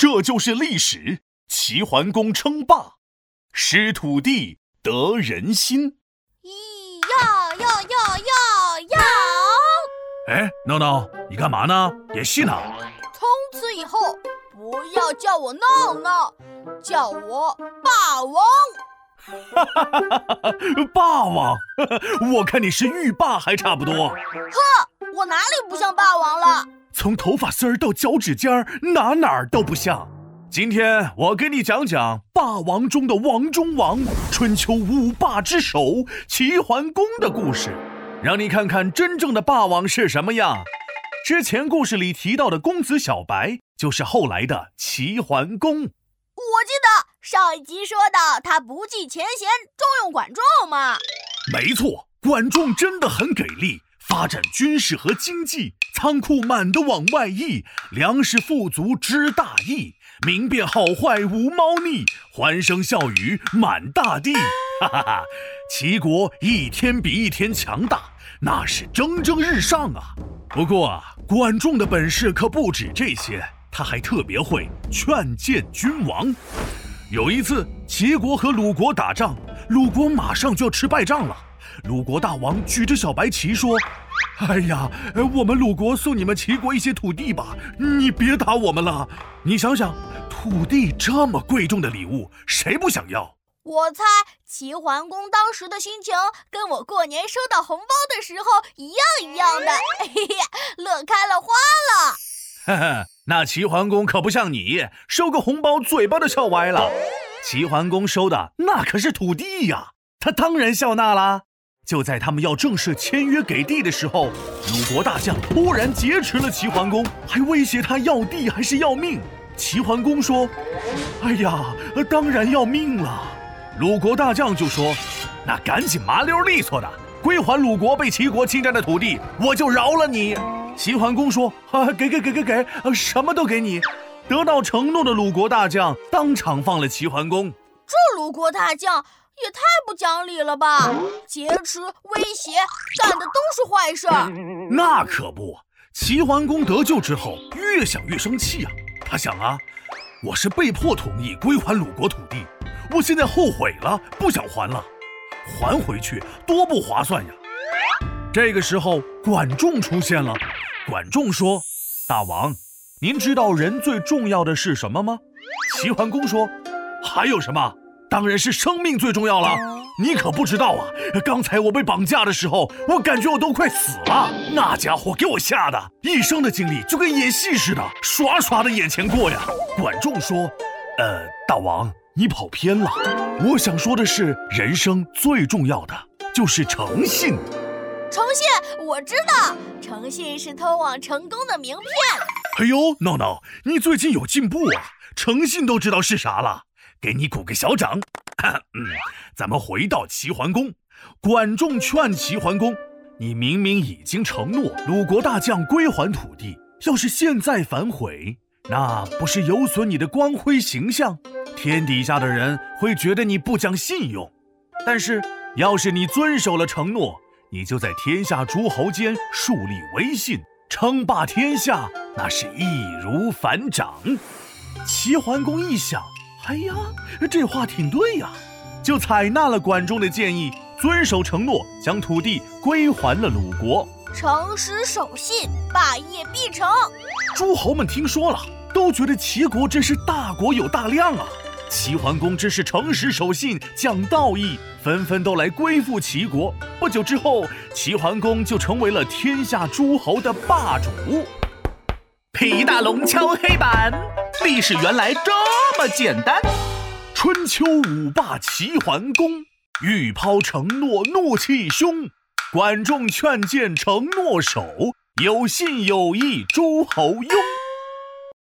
这就是历史。齐桓公称霸，失土地得人心。 要！ 哎，闹闹，你干嘛呢？演戏呢？ 从此以后，不要叫我闹闹，叫我霸王。 霸王，我看你是浴霸还差不多。 呵，我哪里不像霸王了？ 从头发丝儿到脚趾尖儿，哪儿都不像。今天我给你讲讲霸王中的王中王，春秋五霸之首齐桓公的故事，让你看看真正的霸王是什么样。之前故事里提到的公子小白，就是后来的齐桓公。 我记得上一集说到他不计前嫌，重用管仲嘛。 没错，管仲真的很给力，发展军事和经济，仓库满得往外溢，粮食富足知大义，民变好坏无猫腻，欢声笑语满大地。哈哈哈！齐国一天比一天强大，那是蒸蒸日上啊。不过啊，管仲的本事可不止这些，他还特别会劝谏君王。有一次，齐国和鲁国打仗，鲁国马上就要吃败仗了。鲁国大王举着小白旗说：“哎呀，我们鲁国送你们齐国一些土地吧，你别打我们了。”你想想，土地这么贵重的礼物，谁不想要？ 我猜齐桓公当时的心情跟我过年收到红包的时候一样的，乐开了花了。 呵呵，那齐桓公可不像你，收个红包嘴巴都笑歪了。齐桓公收的那可是土地呀，他当然笑纳啦。就在他们要正式签约给地的时候，鲁国大将突然劫持了齐桓公，还威胁他要地还是要命。齐桓公说：“哎呀，当然要命了。”鲁国大将就说：“那赶紧麻溜利索的归还鲁国被齐国侵占的土地，我就饶了你。”齐桓公说：“给，什么都给你。”得到承诺的鲁国大将当场放了齐桓公。 这鲁国大将也太不讲理了吧！劫持、威胁，干的都是坏事。 那可不，齐桓公得救之后，越想越生气啊。他想啊，我是被迫同意归还鲁国土地，我现在后悔了，不想还了，还回去多不划算呀。这个时候，管仲出现了。管仲说：“大王，您知道人最重要的是什么吗？”齐桓公说：“还有什么？当然是生命最重要了。你可不知道啊，刚才我被绑架的时候，我感觉我都快死了。那家伙给我吓得一生的精力就跟演戏似的，刷刷的眼前过呀。”管仲说：“大王，你跑偏了。我想说的是，人生最重要的就是诚信。” 诚信我知道，诚信是通往成功的名片。 哎呦，闹闹，你最近有进步啊，诚信都知道是啥了，给你鼓个小掌。咱们回到齐桓公，管仲劝齐桓公：“你明明已经承诺鲁国大将归还土地，要是现在反悔，那不是有损你的光辉形象？天底下的人会觉得你不讲信用。但是要是你遵守了承诺，你就在天下诸侯间树立威信，称霸天下，那是易如反掌。”齐桓公一想，哎呀，这话挺对呀，就采纳了管仲的建议，遵守承诺，将土地归还了鲁国。 诚实守信，霸业必成。 诸侯们听说了，都觉得齐国真是大国有大量啊。齐桓公真是诚实守信，讲道义，纷纷都来归附齐国。不久之后，齐桓公就成为了天下诸侯的霸主。 皮大龙敲黑板，历史原来这么简单。 春秋五霸齐桓公，欲抛承诺怒气凶，管仲劝谏承诺守，有信有义诸侯庸。